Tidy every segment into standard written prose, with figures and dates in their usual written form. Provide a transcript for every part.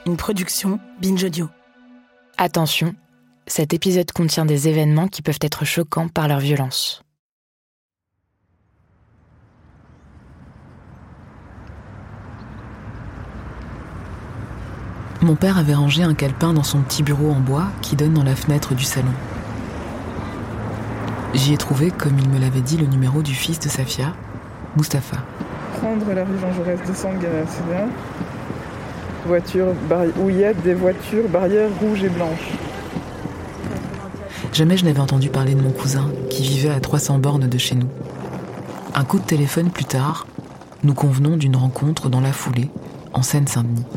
une production Binge Audio. Attention, cet épisode contient des événements qui peuvent être choquants par leur violence. Mon père avait rangé un calepin dans son petit bureau en bois qui donne dans la fenêtre du salon. J'y ai trouvé, comme il me l'avait dit, le numéro du fils de Safia, Mustapha. Prendre la rue Jean Jaurès, descendre Gare Sylvain. Où il y a des voitures barrières rouges et blanches. Jamais je n'avais entendu parler de mon cousin, qui vivait à 300 bornes de chez nous. Un coup de téléphone plus tard, nous convenons d'une rencontre dans la foulée, en Seine-Saint-Denis.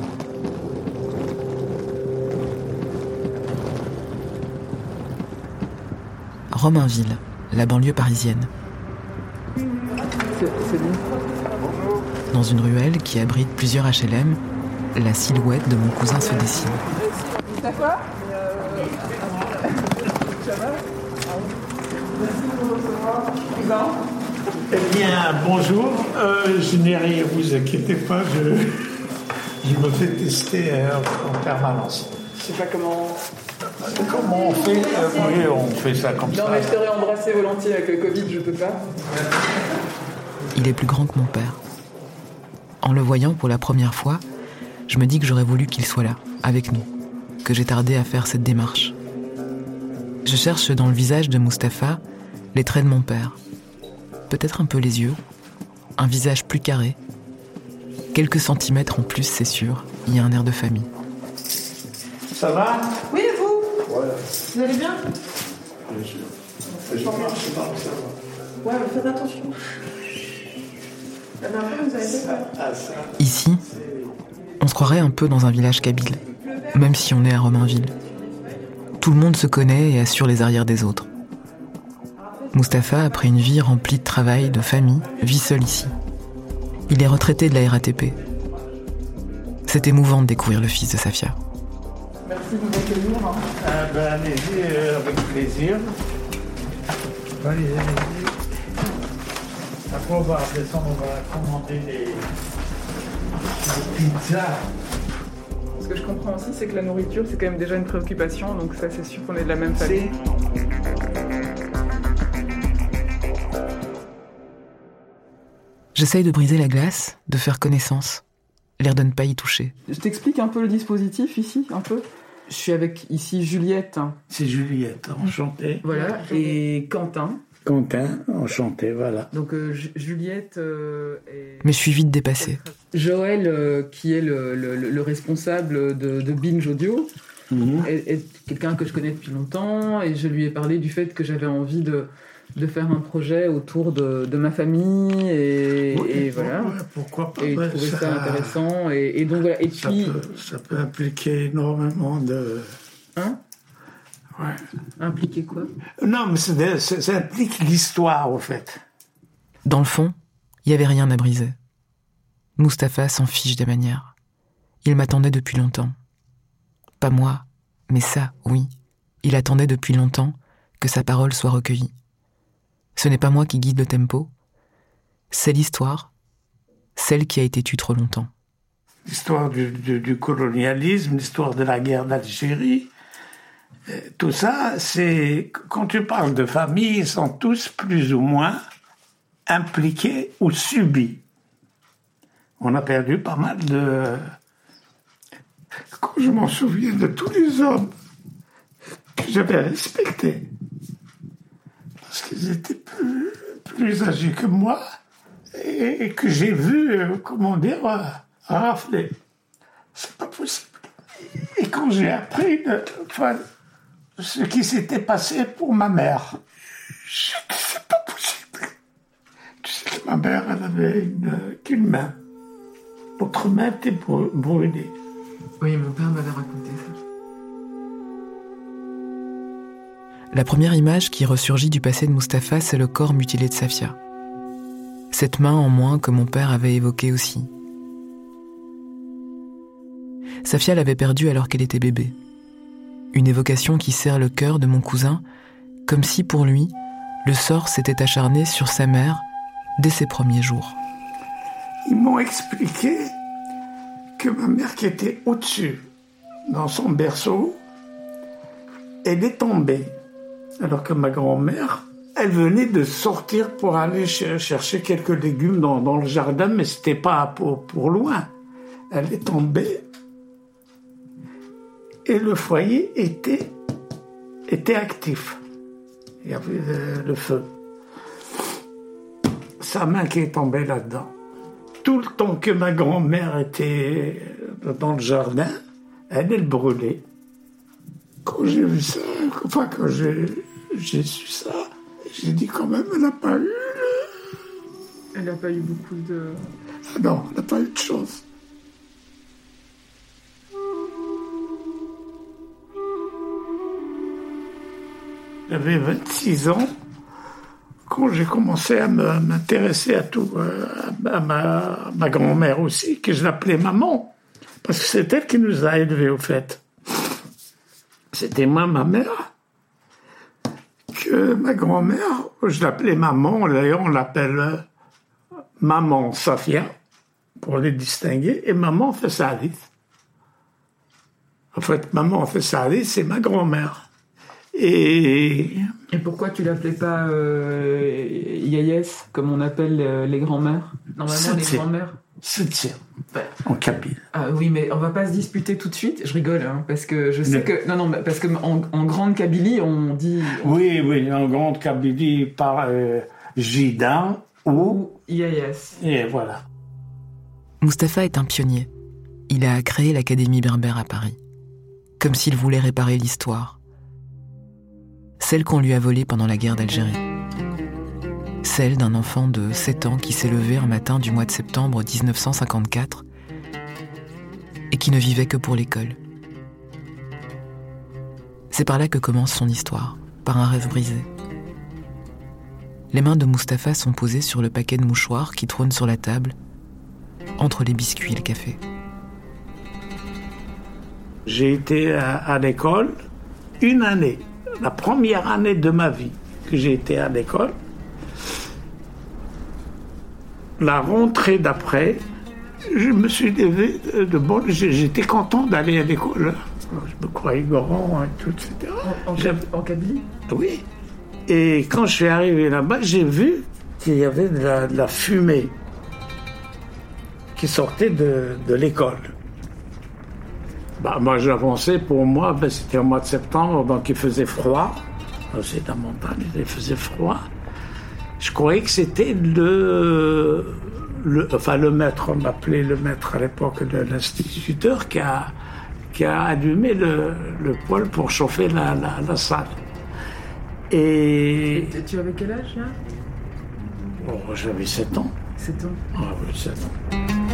Romainville, la banlieue parisienne. C'est lui. Dans une ruelle qui abrite plusieurs HLM, la silhouette de mon cousin se dessine. T'as quoi Ça va? Eh bien, bonjour. Je n'ai rien, vous inquiétez pas, je me fais tester en permanence. Je sais pas comment... Comment on fait oui, on fait ça comme ça. Non, mais je t'aurais embrassé volontiers avec le Covid, je peux pas. Il est plus grand que mon père. En le voyant pour la première fois, je me dis que j'aurais voulu qu'il soit là, avec nous, que j'ai tardé à faire cette démarche. Je cherche dans le visage de Mustapha les traits de mon père. Peut-être un peu les yeux, un visage plus carré. Quelques centimètres en plus, c'est sûr, il y a un air de famille. Ça va? Oui, et vous? Voilà. Vous allez bien? Bien sûr. Je marche pas, ça va. Ouais, mais faites attention. La dernière fois, vous avez fait ça. Ici, on se croirait un peu dans un village kabyle, même si on est à Romainville. Tout le monde se connaît et assure les arrières des autres. Mustapha, après une vie remplie de travail, de famille, vit seul ici. Il est retraité de la RATP. C'est émouvant de découvrir le fils de Safia. Merci de vous accueillir. Allez-y, avec plaisir. Allez-y. Après, on va descendre, on va commander des pizzas. Ce que je comprends aussi, c'est que la nourriture, c'est quand même déjà une préoccupation, donc ça, c'est sûr qu'on est de la même famille. J'essaye de briser la glace, de faire connaissance, l'air de ne pas y toucher. Je t'explique un peu le dispositif ici, un peu. Je suis avec ici Juliette. C'est Juliette, enchantée. Voilà, et Quentin. Quentin, enchanté, voilà. Donc Juliette et... Mais je suis vite dépassée. Joël, qui est le responsable de Binge Audio, est quelqu'un que je connais depuis longtemps, et je lui ai parlé du fait que j'avais envie de faire un projet autour de ma famille, et voilà. Ouais, pourquoi pas. Et il trouvait ça intéressant, et donc voilà. Et puis... Ça peut impliquer énormément de... Hein? Ouais. Impliquer quoi? Non, mais ça implique l'histoire, au fait. Dans le fond, il n'y avait rien à briser. Mustapha s'en fiche des manières. Il m'attendait depuis longtemps. Pas moi, mais ça, oui. Il attendait depuis longtemps que sa parole soit recueillie. Ce n'est pas moi qui guide le tempo. C'est l'histoire, celle qui a été tue trop longtemps. L'histoire du colonialisme, l'histoire de la guerre d'Algérie, tout ça, c'est... Quand tu parles de famille, ils sont tous plus ou moins impliqués ou subis. On a perdu pas mal de... Quand je m'en souviens de tous les hommes que j'avais respectés, parce qu'ils étaient plus âgés que moi, et que j'ai vu, rafler. C'est pas possible. Et quand j'ai appris ce qui s'était passé pour ma mère, j'ai dit, c'est pas possible. Tu sais que ma mère, elle avait qu'une main. L'autre main était brûlée. Oui, mon père m'avait raconté ça. La première image qui ressurgit du passé de Mustapha, c'est le corps mutilé de Safia. Cette main en moins que mon père avait évoquée aussi. Safia l'avait perdue alors qu'elle était bébé. Une évocation qui serre le cœur de mon cousin, comme si pour lui, le sort s'était acharné sur sa mère dès ses premiers jours. Ils m'ont expliqué que ma mère qui était au-dessus dans son berceau. Elle est tombée, alors que ma grand-mère, elle venait de sortir pour aller chercher quelques légumes dans le jardin, mais c'était pas pour loin. Elle est tombée et le foyer était actif. Il y avait le feu. Sa main qui est tombée là-dedans. Tout le temps que ma grand-mère était dans le jardin, elle brûlait. Quand j'ai vu ça, quand j'ai su ça, j'ai dit quand même, elle n'a pas eu... Elle n'a pas eu beaucoup de... Ah non, elle n'a pas eu de chance. J'avais 26 ans quand j'ai commencé à m'intéresser à tout, à ma grand-mère aussi, que je l'appelais maman, parce que c'est elle qui nous a élevés au fait. C'était moi, ma mère, que ma grand-mère, je l'appelais maman, d'ailleurs on l'appelle maman Safia, pour les distinguer, et maman Fessalis. En fait, maman Fessalis, c'est ma grand-mère. Et pourquoi tu l'appelais pas Yayès, comme on appelle les grands-mères? Normalement, les grands-mères. C'est en kabyle. Ah oui, mais on va pas se disputer tout de suite. Je rigole, hein, parce que je sais que... Non, parce que en grande Kabylie, on dit... Oui, en grande Kabylie, par Jida ou Yayès. Et voilà. Mustapha est un pionnier. Il a créé l'Académie berbère à Paris. Comme s'il voulait réparer l'histoire. Celle qu'on lui a volée pendant la guerre d'Algérie. Celle d'un enfant de 7 ans qui s'est levé un matin du mois de septembre 1954 et qui ne vivait que pour l'école. C'est par là que commence son histoire, par un rêve brisé. Les mains de Mustapha sont posées sur le paquet de mouchoirs qui trône sur la table, entre les biscuits et le café. J'ai été à l'école une année. La première année de ma vie que j'ai été à l'école. La rentrée d'après, je me suis levé de bon. J'étais content d'aller à l'école. Je me croyais grand et tout, etc. En Kabylie? Oui. Et quand je suis arrivé là-bas, j'ai vu qu'il y avait de la fumée qui sortait de l'école. Moi, j'avançais, pour moi, c'était au mois de septembre, donc il faisait froid. C'est la montagne, il faisait froid. Je croyais que c'était le maître, on m'appelait le maître à l'époque, l'instituteur, qui a allumé le poêle pour chauffer la salle. Et... Tu avais quel âge, là? J'avais 7 ans. 7 ans? Ah oui, 7 ans.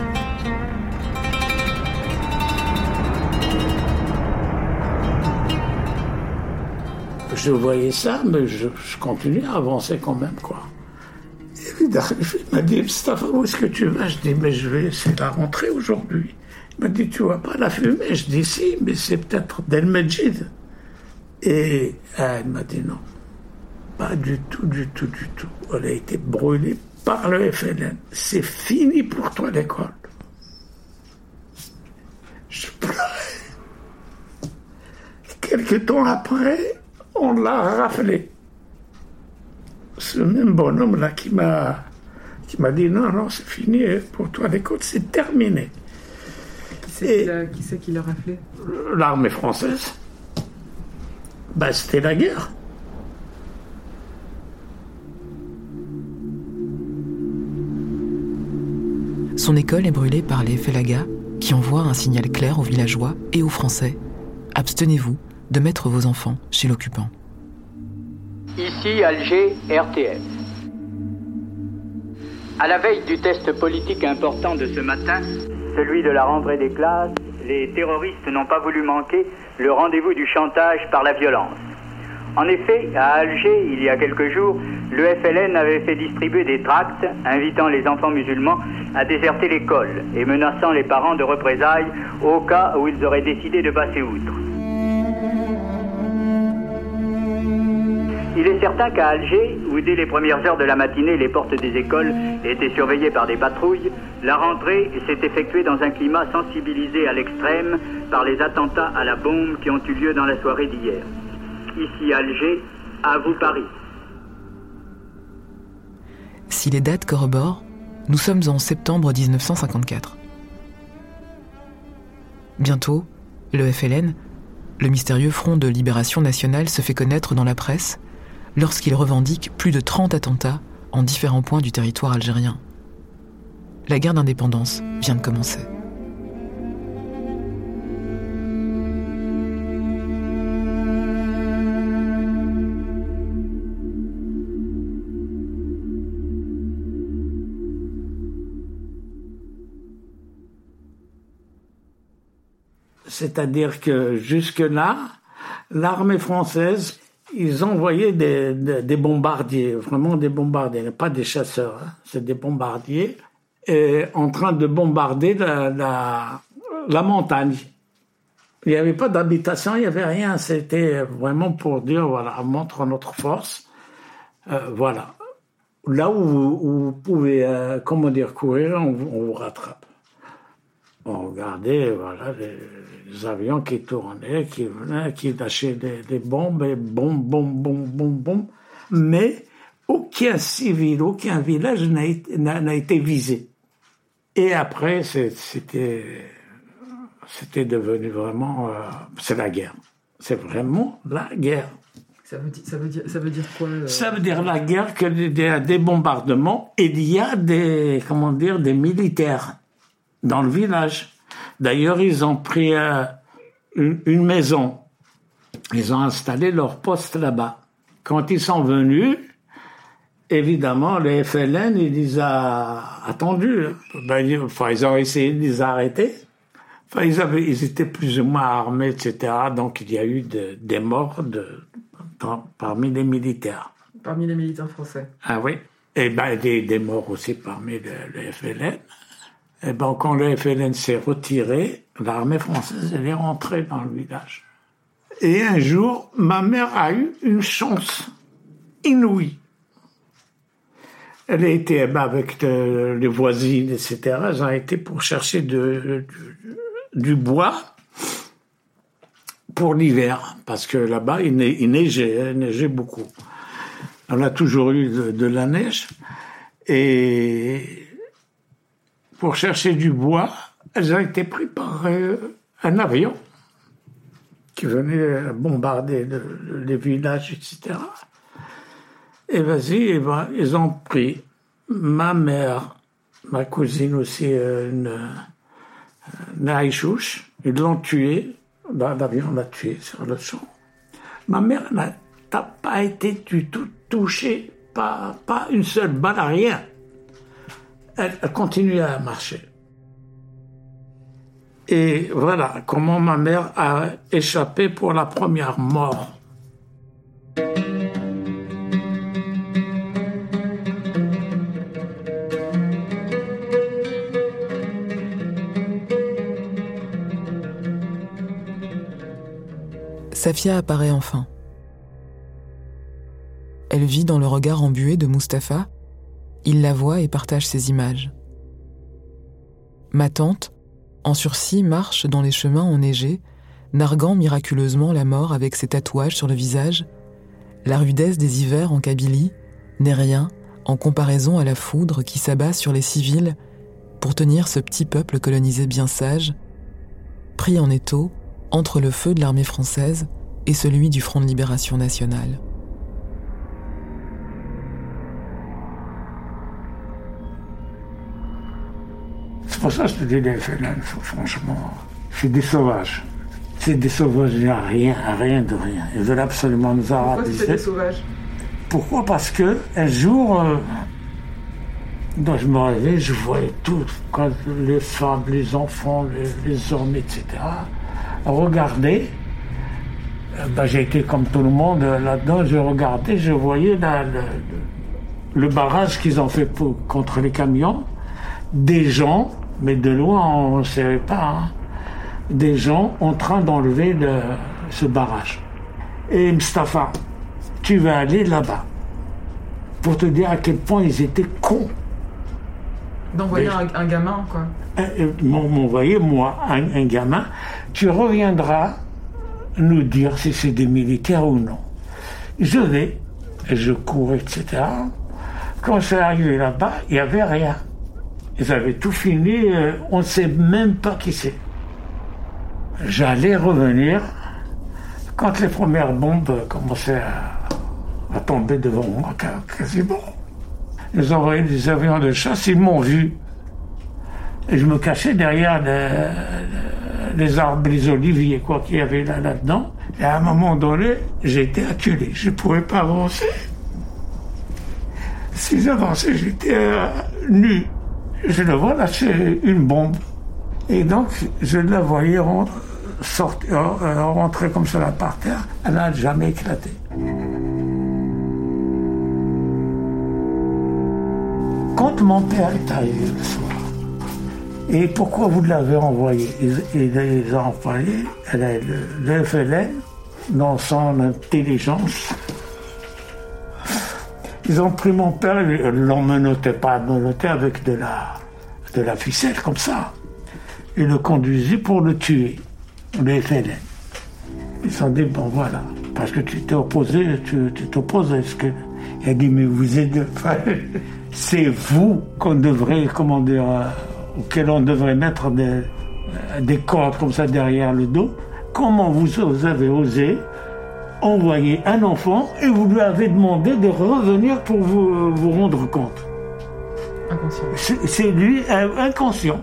Je voyais ça, mais je continuais à avancer quand même, quoi. Et il m'a dit, Mustapha, où est-ce que tu vas? Je dis, mais c'est la rentrée aujourd'hui. Il m'a dit, tu vois pas la fumée? Je dis, si, mais c'est peut-être Del Medjid. Et il m'a dit, non, pas du tout. Elle a été brûlée par le FLN. C'est fini pour toi, l'école. Je pleurais. Quelque temps après, on l'a raflé. Ce même bonhomme-là qui m'a dit non, c'est fini, pour toi l'école, c'est terminé. Qui c'est qui l'a raflé? L'armée française. C'était la guerre. Son école est brûlée par les Felagas qui envoient un signal clair aux villageois et aux Français. Abstenez-vous de mettre vos enfants chez l'occupant. Ici Alger, RTF. À la veille du test politique important de ce matin, celui de la rentrée des classes, les terroristes n'ont pas voulu manquer le rendez-vous du chantage par la violence. En effet, à Alger, il y a quelques jours, le FLN avait fait distribuer des tracts invitant les enfants musulmans à déserter l'école et menaçant les parents de représailles au cas où ils auraient décidé de passer outre. Il est certain qu'à Alger, où dès les premières heures de la matinée, les portes des écoles étaient surveillées par des patrouilles, la rentrée s'est effectuée dans un climat sensibilisé à l'extrême par les attentats à la bombe qui ont eu lieu dans la soirée d'hier. Ici Alger, à vous Paris. Si les dates corroborent, nous sommes en septembre 1954. Bientôt, le FLN, le mystérieux Front de Libération Nationale, se fait connaître dans la presse lorsqu'il revendique plus de 30 attentats en différents points du territoire algérien. La guerre d'indépendance vient de commencer. C'est-à-dire que jusque-là, l'armée française, ils envoyaient des bombardiers, vraiment des bombardiers, pas des chasseurs, hein, c'est des bombardiers, et en train de bombarder la montagne. Il n'y avait pas d'habitation, il n'y avait rien, c'était vraiment pour dire, voilà, on montre notre force, voilà. Là où vous pouvez, courir, on vous rattrape. On regardait, voilà, les avions qui tournaient, qui venaient, qui lâchaient des bombes, et boum. Mais aucun civil, aucun village n'a été visé. Et après, c'était devenu vraiment, c'est la guerre. C'est vraiment la guerre. Ça veut dire quoi Ça veut dire la guerre, qu'il y a des bombardements, et il y a des militaires dans le village. D'ailleurs, ils ont pris une maison. Ils ont installé leur poste là-bas. Quand ils sont venus, évidemment, les FLN, ils les ont attendus. Ils ont essayé de les arrêter. Ils étaient plus ou moins armés, etc. Donc, il y a eu des morts parmi les militaires. Parmi les militaires français. Ah oui. Et des morts aussi parmi les FLN. Et quand le FLN s'est retiré, l'armée française, elle est rentrée dans le village. Et un jour, ma mère a eu une chance inouïe. Elle a été avec les voisines, etc. Elles ont été pour chercher du bois pour l'hiver, parce que là-bas, il neigeait beaucoup. On a toujours eu de la neige, et pour chercher du bois, elles ont été prises par un avion qui venait bombarder les villages, etc. Et ils ont pris ma mère, ma cousine aussi, Naïchouch, ils l'ont tuée, l'avion l'a tuée sur le champ. Ma mère n'a pas été du tout touchée, pas une seule balle, rien. Elle continuait à marcher. Et voilà comment ma mère a échappé pour la première mort. Safia apparaît enfin. Elle vit dans le regard embué de Mustapha. Il la voit et partage ses images. Ma tante, en sursis, marche dans les chemins enneigés, narguant miraculeusement la mort avec ses tatouages sur le visage. La rudesse des hivers en Kabylie n'est rien en comparaison à la foudre qui s'abat sur les civils pour tenir ce petit peuple colonisé bien sage, pris en étau entre le feu de l'armée française et celui du Front de Libération Nationale. C'est pour ça que je te dis, les FLN, franchement, c'est des sauvages. C'est des sauvages, il n'y a rien de rien. Ils veulent absolument nous arabiser. Pourquoi c'est des sauvages ? Pourquoi ? Parce qu'un jour, quand je me réveillais, je voyais tout, quand les femmes, les enfants, les hommes, etc., regarder. J'ai été comme tout le monde là-dedans, je regardais, je voyais le barrage qu'ils ont fait contre les camions, des gens, mais de loin on ne savait pas, hein, des gens en train d'enlever ce barrage. Et Mustapha, tu vas aller là-bas. Pour te dire à quel point ils étaient cons. D'envoyer un gamin, quoi. M'envoyer, moi, un gamin. Tu reviendras nous dire si c'est des militaires ou non. Je vais, et je cours, etc. Quand je suis arrivé là-bas, il n'y avait rien. Ils avaient tout fini, on ne sait même pas qui c'est. J'allais revenir quand les premières bombes commençaient à tomber devant moi, quasiment. Ils ont envoyé des avions de chasse, ils m'ont vu. Et je me cachais derrière les arbres, les oliviers, quoi qu'il y avait là-dedans. Et à un moment donné, j'ai été acculé. Je ne pouvais pas avancer. Si j'avançais, j'étais nu. Je le vois lâcher une bombe. Et donc, je la voyais rentrer comme ça là par terre. Elle n'a jamais éclaté. Quand mon père est arrivé le soir, et pourquoi vous l'avez envoyé? Il les a envoyés, le FLN, dans son intelligence. Ils ont pris mon père, ils l'ont menotté avec de la ficelle, comme ça. Ils le conduisaient pour le tuer, le FLN. Ils se sont dit, bon voilà, parce que tu t'es opposé, tu t'opposes à ce que... Il a dit, mais vous êtes... C'est vous qu'on devrait, auquel on devrait mettre des cordes comme ça derrière le dos. Comment vous avez osé envoyer un enfant et vous lui avez demandé de revenir pour vous rendre compte? Inconscient. C'est lui, inconscient.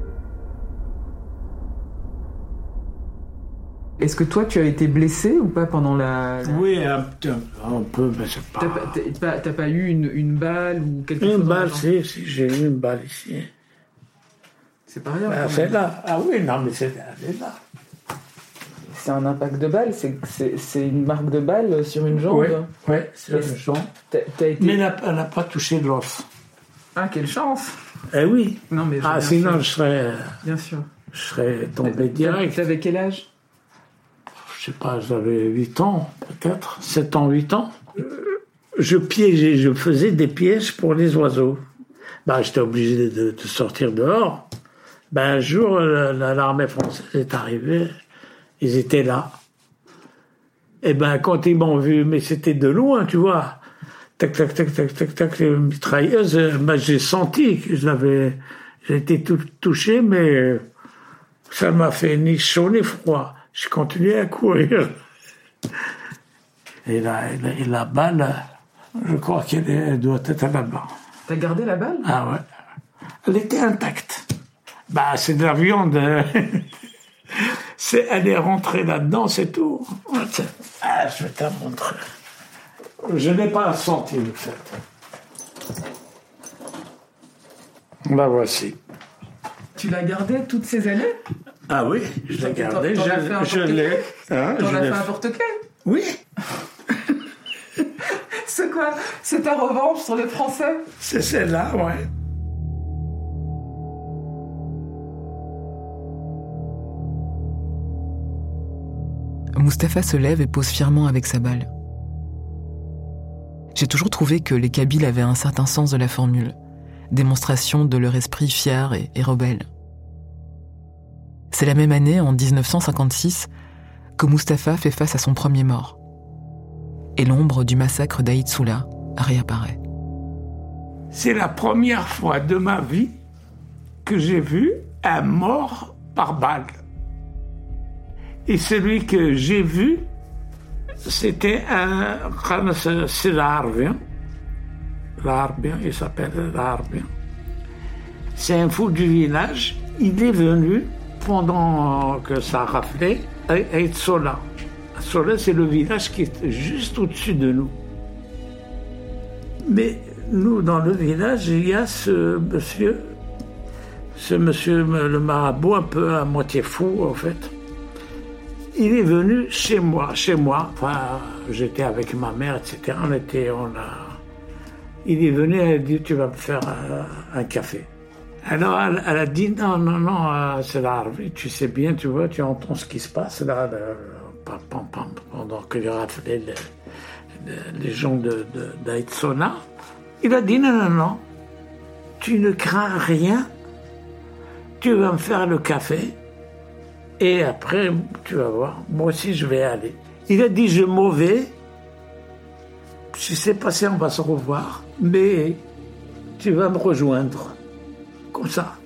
Est-ce que toi, tu as été blessé ou pas pendant la... Oui, un peu, mais c'est pas... T'as pas eu une balle ou quelque chose? Une balle, si, j'ai eu une balle ici. C'est pas rien. C'est là. Ah oui, non, mais c'est là. C'est un impact de balle, c'est une marque de balle sur une jambe. Oui, sur une jambe. Mais elle n'a pas touché l'os. Ah, quelle chance! Eh oui. Non, mais sinon, je serais... Bien sûr. Je serais tombé direct. T'avais quel âge? Je sais pas, j'avais 8 ans, peut-être. 7 ans, 8 ans. Je piégeais, je faisais des pièges pour les oiseaux. J'étais obligé de sortir dehors. Un jour, l'armée française est arrivée. Ils étaient là. Et quand ils m'ont vu, mais c'était de loin, tu vois. Tac, tac, tac, tac, tac, tac, les mitrailleuses, j'ai senti que j'ai été touché, mais ça m'a fait ni chaud ni froid. Je continuais à courir. Et la balle, je crois qu'elle doit être là-bas. T'as gardé la balle? Ah ouais. Elle était intacte. C'est de la viande. Elle est rentrée là-dedans, c'est tout. Je vais te montrer. Je n'ai pas senti le fait. Voici. Tu l'as gardé toutes ces années? Ah oui, je l'ai gardé. Je l'ai. T'en as fait un porte-clés? Oui. C'est quoi? C'est ta revanche sur les Français? C'est celle-là, ouais. Mustapha se lève et pose fièrement avec sa balle. J'ai toujours trouvé que les Kabyles avaient un certain sens de la formule, démonstration de leur esprit fier et rebelle. C'est la même année, en 1956, que Mustapha fait face à son premier mort. Et l'ombre du massacre d'Aït Soula réapparaît. C'est la première fois de ma vie que j'ai vu un mort par balle. Et celui que j'ai vu, c'était c'est l'Arbien. L'Arbien, il s'appelle l'Arbien. C'est un fou du village. Il est venu, pendant que ça raflait, à Sola. Sola, c'est le village qui est juste au-dessus de nous. Mais nous, dans le village, il y a ce monsieur, le marabout, un peu à moitié fou, en fait. Il est venu chez moi. Enfin, j'étais avec ma mère, etc. Il est venu, elle a dit, tu vas me faire un café. Alors, elle a dit, non, c'est l'armée, tu sais bien, tu vois, tu entends ce qui se passe là, pendant que les raflets les gens d'Aitsona. Il a dit non, tu ne crains rien, tu vas me faire le café et après tu vas voir, moi aussi je vais aller. Il a dit je m'en vais, si c'est passé on va se revoir, mais tu vas me rejoindre, comme ça.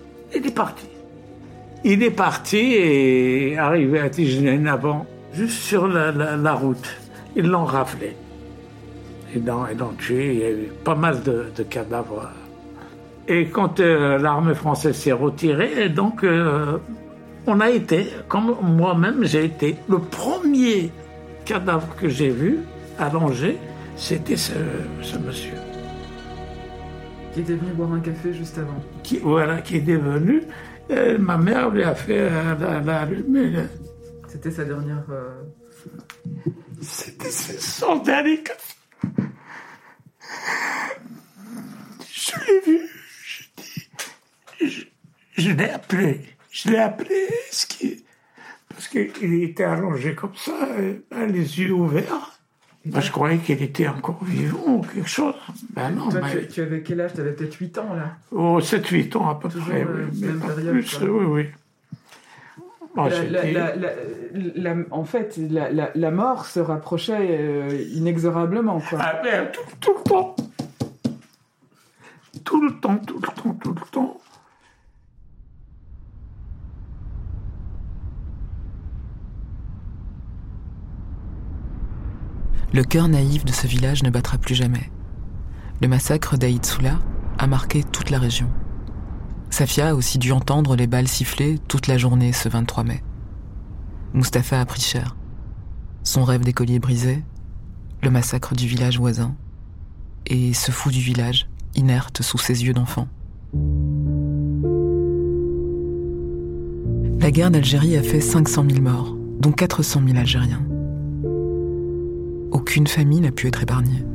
Il est parti et arrivé à Tignes avant, juste sur la route, ils l'ont raflé. Ils l'ont tué, il y a eu pas mal de cadavres. Et quand l'armée française s'est retirée, donc on a été, comme moi-même j'ai été, le premier cadavre que j'ai vu à Angers, c'était ce monsieur. Qui était venu boire un café juste avant. Qui était venu. Ma mère lui a fait l'allumer. C'était sa dernière... C'était son dernier café. Je l'ai vu. Je l'ai appelé. Parce qu'il était allongé comme ça, les yeux ouverts. Moi, je croyais qu'il était encore vivant ou quelque chose. Ben non. Toi, tu avais quel âge? Tu avais peut-être 8 ans, là? Oh, 7-8 ans à peu toujours près, oui. Même Mais pas période, plus, quoi. oui. Bon, en fait, la mort se rapprochait inexorablement, quoi. Ah, ben, tout le temps. Tout le temps. Le cœur naïf de ce village ne battra plus jamais. Le massacre d'Aït Soula a marqué toute la région. Safia a aussi dû entendre les balles siffler toute la journée ce 23 mai. Mustapha a pris cher. Son rêve d'écolier brisé, le massacre du village voisin, et ce fou du village, inerte sous ses yeux d'enfant. La guerre d'Algérie a fait 500 000 morts, dont 400 000 Algériens. Aucune famille n'a pu être épargnée.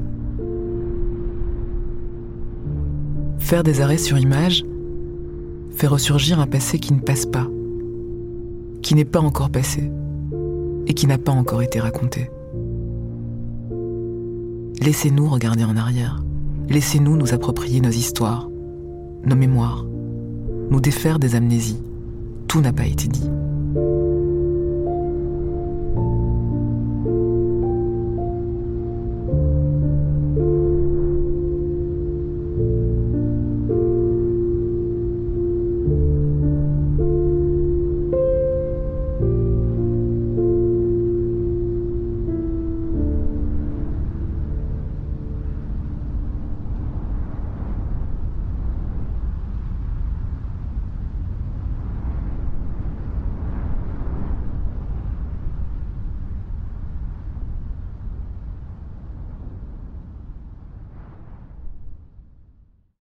Faire des arrêts sur image fait ressurgir un passé qui ne passe pas, qui n'est pas encore passé et qui n'a pas encore été raconté. Laissez-nous regarder en arrière. Laissez-nous nous approprier nos histoires, nos mémoires, nous défaire des amnésies. Tout n'a pas été dit.